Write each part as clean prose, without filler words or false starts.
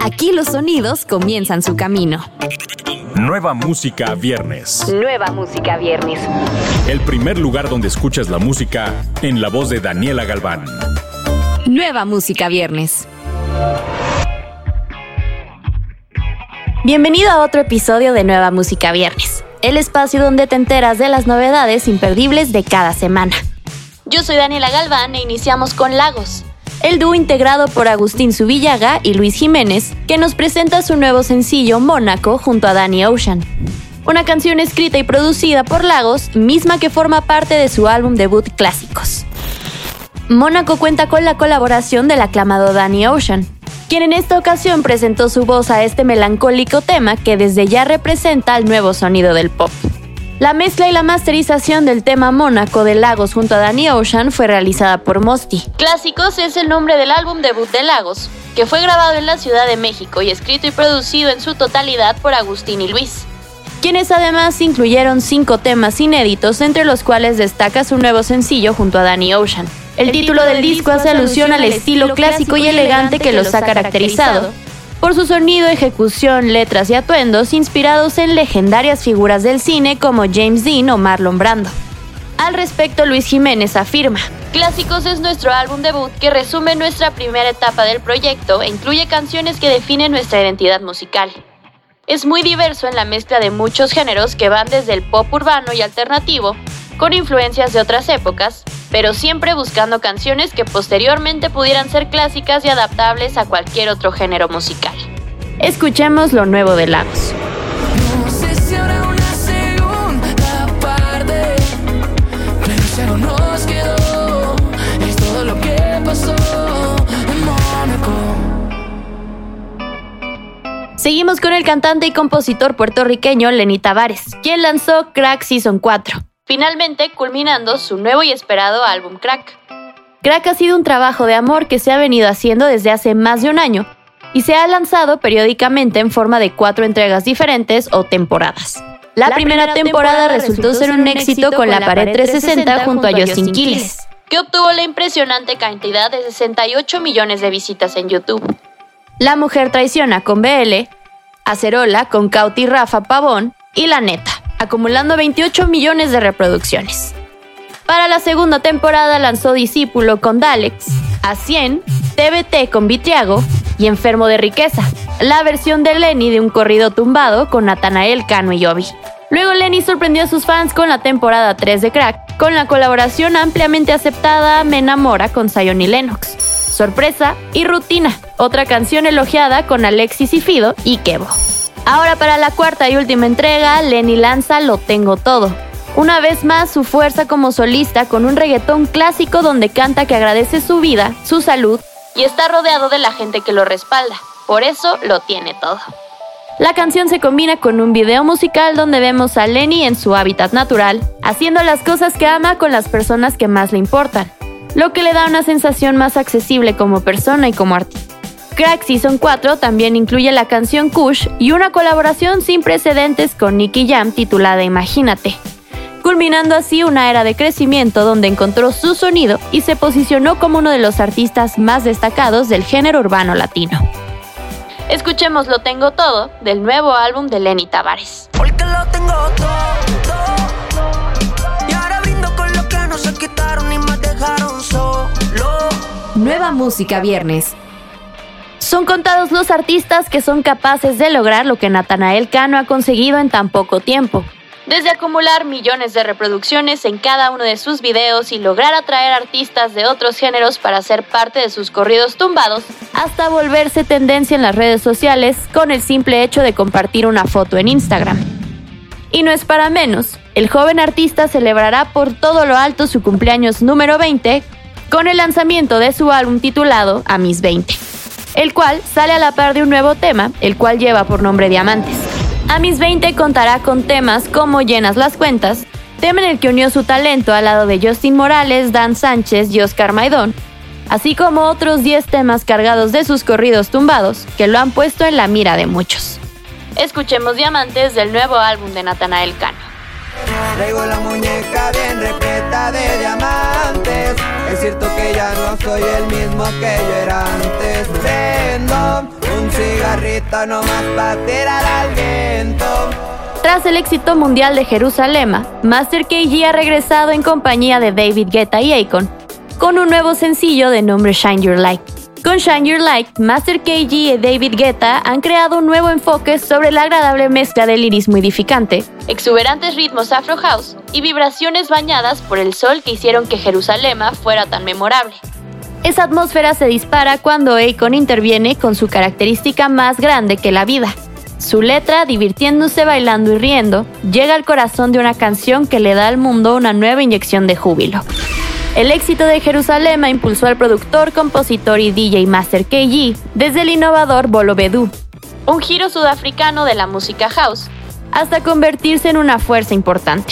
Aquí los sonidos comienzan su camino. Nueva Música Viernes. Nueva Música Viernes. El primer lugar donde escuchas la música en la voz de Daniela Galván. Nueva Música Viernes. Bienvenido a otro episodio de Nueva Música Viernes, el espacio donde te enteras de las novedades imperdibles de cada semana. Yo soy Daniela Galván e iniciamos con Lagos, el dúo integrado por Agustín Zubillaga y Luis Jiménez, que nos presenta su nuevo sencillo Mónaco junto a Danny Ocean. Una canción escrita y producida por Lagos, misma que forma parte de su álbum debut Clásicos. Mónaco cuenta con la colaboración del aclamado Danny Ocean, quien en esta ocasión presentó su voz a este melancólico tema que desde ya representa el nuevo sonido del pop. La mezcla y la masterización del tema Mónaco de Lagos junto a Danny Ocean fue realizada por Mosty. Clásicos es el nombre del álbum debut de Lagos, que fue grabado en la Ciudad de México y escrito y producido en su totalidad por Agustín y Luis, quienes además incluyeron 5 temas inéditos, entre los cuales destaca su nuevo sencillo junto a Danny Ocean. El título del disco hace alusión al estilo clásico y elegante que los ha caracterizado, por su sonido, ejecución, letras y atuendos inspirados en legendarias figuras del cine como James Dean o Marlon Brando. Al respecto, Luis Jiménez afirma: Clásicos es nuestro álbum debut que resume nuestra primera etapa del proyecto e incluye canciones que definen nuestra identidad musical. Es muy diverso en la mezcla de muchos géneros que van desde el pop urbano y alternativo, con influencias de otras épocas, pero siempre buscando canciones que posteriormente pudieran ser clásicas y adaptables a cualquier otro género musical. Escuchemos lo nuevo de Lagos. No sé si habrá una segunda parte, pero si algo nos quedó, es todo lo que pasó en Mónaco. Seguimos con el cantante y compositor puertorriqueño Lenny Tavares, quien lanzó Crack Season 4. Finalmente culminando su nuevo y esperado álbum Crack. Crack ha sido un trabajo de amor que se ha venido haciendo desde hace más de un año y se ha lanzado periódicamente en forma de 4 entregas diferentes o temporadas. La primera temporada resultó ser un éxito con La Pared 360 junto a Justin Quiles, que obtuvo la impresionante cantidad de 68 millones de visitas en YouTube. La Mujer Traiciona con BL, Acerola con Cauti Rafa Pavón y La Neta, acumulando 28 millones de reproducciones. Para la segunda temporada lanzó Discípulo con Dalex, A100, TBT con Vitriago y Enfermo de Riqueza, la versión de Lenny de un corrido tumbado con Natanael Cano y Obi. Luego Lenny sorprendió a sus fans con la temporada 3 de Crack, con la colaboración ampliamente aceptada Me Enamora con Zion y Lennox, Sorpresa y Rutina, otra canción elogiada con Alexis y Fido y Kevo. Ahora para la cuarta y última entrega, Lenny lanza Lo Tengo Todo. Una vez más su fuerza como solista con un reggaetón clásico donde canta que agradece su vida, su salud y está rodeado de la gente que lo respalda. Por eso lo tiene todo. La canción se combina con un video musical donde vemos a Lenny en su hábitat natural, haciendo las cosas que ama con las personas que más le importan, lo que le da una sensación más accesible como persona y como artista. Crack Season 4 también incluye la canción Kush y una colaboración sin precedentes con Nicky Jam titulada Imagínate, culminando así una era de crecimiento donde encontró su sonido y se posicionó como uno de los artistas más destacados del género urbano latino. Escuchemos Lo Tengo Todo del nuevo álbum de Lenny Tavares. Porque lo tengo todo, y ahora brindo con lo que no se quitaron y me dejaron solo. Nueva Música Viernes. Son contados los artistas que son capaces de lograr lo que Natanael Cano ha conseguido en tan poco tiempo. Desde acumular millones de reproducciones en cada uno de sus videos y lograr atraer artistas de otros géneros para ser parte de sus corridos tumbados, hasta volverse tendencia en las redes sociales con el simple hecho de compartir una foto en Instagram. Y no es para menos, el joven artista celebrará por todo lo alto su cumpleaños número 20 con el lanzamiento de su álbum titulado A Mis 20. El cual sale a la par de un nuevo tema, el cual lleva por nombre Diamantes. A Mis 20 contará con temas como Llenas las Cuentas, tema en el que unió su talento al lado de Justin Morales, Dan Sánchez y Oscar Maidón, así como otros 10 temas cargados de sus corridos tumbados, que lo han puesto en la mira de muchos. Escuchemos Diamantes del nuevo álbum de Natanael Cano. Traigo la muñeca bien repleta de diamantes. Es cierto que ya no soy el mismo que yo era antes. Prendo un cigarro cigarrito nomás pa' tirar al viento. Tras el éxito mundial de Jerusalema, Master KG ha regresado en compañía de David Guetta y Akon, con un nuevo sencillo de nombre Shine Your Light. Con Shine Your Light, Master KG y David Guetta han creado un nuevo enfoque sobre la agradable mezcla de lirismo edificante, exuberantes ritmos afro house y vibraciones bañadas por el sol que hicieron que Jerusalema fuera tan memorable. Esa atmósfera se dispara cuando Akon interviene con su característica más grande que la vida. Su letra, divirtiéndose, bailando y riendo, llega al corazón de una canción que le da al mundo una nueva inyección de júbilo. El éxito de Jerusalema impulsó al productor, compositor y DJ Master KG desde el innovador Bolo Bedu, un giro sudafricano de la música house, hasta convertirse en una fuerza importante.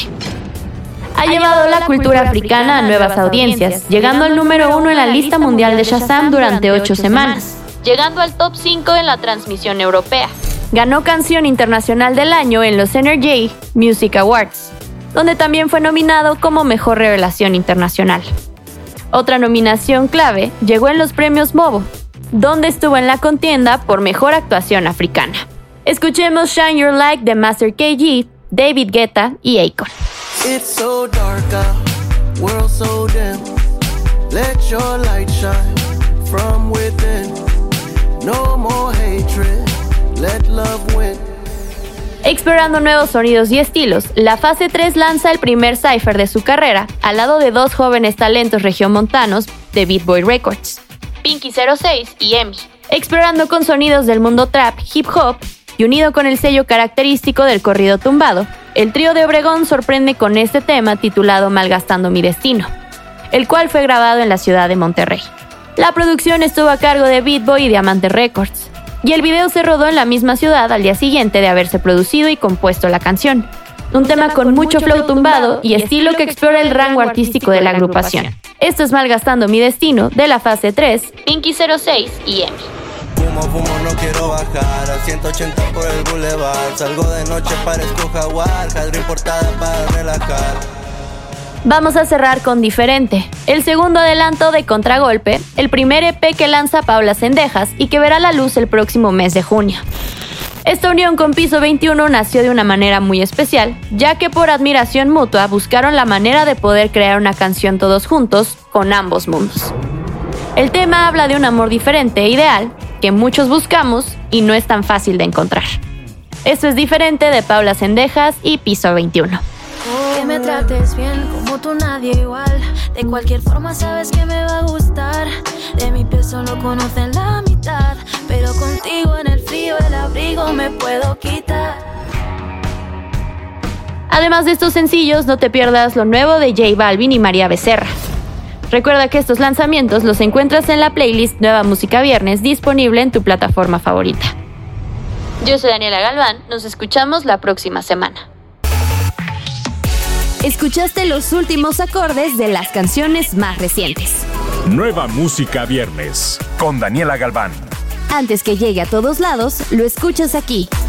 Ha llevado la cultura africana a nuevas audiencias, llegando al número 1 en la lista mundial de Shazam durante 8 semanas, llegando al top 5 en la transmisión europea. Ganó Canción Internacional del Año en los NRJ Music Awards, donde también fue nominado como Mejor Revelación Internacional. Otra nominación clave llegó en los premios Movo, donde estuvo en la contienda por Mejor Actuación Africana. Escuchemos Shine Your Light de Master KG, David Guetta y Akon. It's so dark out, world so dim. Let your light shine from within. No more hatred, let love win. Explorando nuevos sonidos y estilos, la fase 3 lanza el primer cypher de su carrera, al lado de dos jóvenes talentos regiomontanos de Beat Boy Records, Pinky 06 y Emi. Explorando con sonidos del mundo trap, hip hop y unido con el sello característico del corrido tumbado, el trío de Obregón sorprende con este tema titulado Malgastando mi destino, el cual fue grabado en la ciudad de Monterrey. La producción estuvo a cargo de Beat Boy y Diamante Records, y el video se rodó en la misma ciudad al día siguiente de haberse producido y compuesto la canción. Un tema con mucho flow tumbado y estilo que explora el rango artístico de la agrupación. Esto es Malgastando mi destino de la fase 3, Pinky 06 y Emi. Fumo, no quiero bajar a 180 por el boulevard. Salgo de noche, parezco jaguar, jaldre importada para relajar. Vamos a cerrar con Diferente, el segundo adelanto de Contragolpe, el primer EP que lanza Paula Cendejas y que verá la luz el próximo mes de junio. Esta unión con Piso 21 nació de una manera muy especial, ya que por admiración mutua buscaron la manera de poder crear una canción todos juntos con ambos mundos. El tema habla de un amor diferente e ideal que muchos buscamos y no es tan fácil de encontrar. Esto es Diferente de Paula Cendejas y Piso 21. Que me trates bien, como tú nadie igual. De cualquier forma sabes que me va a gustar. De mi piel solo conocen la mitad, pero contigo en el frío el abrigo me puedo quitar. Además de estos sencillos, no te pierdas lo nuevo de J Balvin y María Becerra. Recuerda que estos lanzamientos los encuentras en la playlist Nueva Música Viernes, disponible en tu plataforma favorita. Yo soy Daniela Galván, nos escuchamos la próxima semana. Escuchaste los últimos acordes de las canciones más recientes. Nueva Música Viernes con Daniela Galván. Antes que llegue a todos lados, lo escuchas aquí.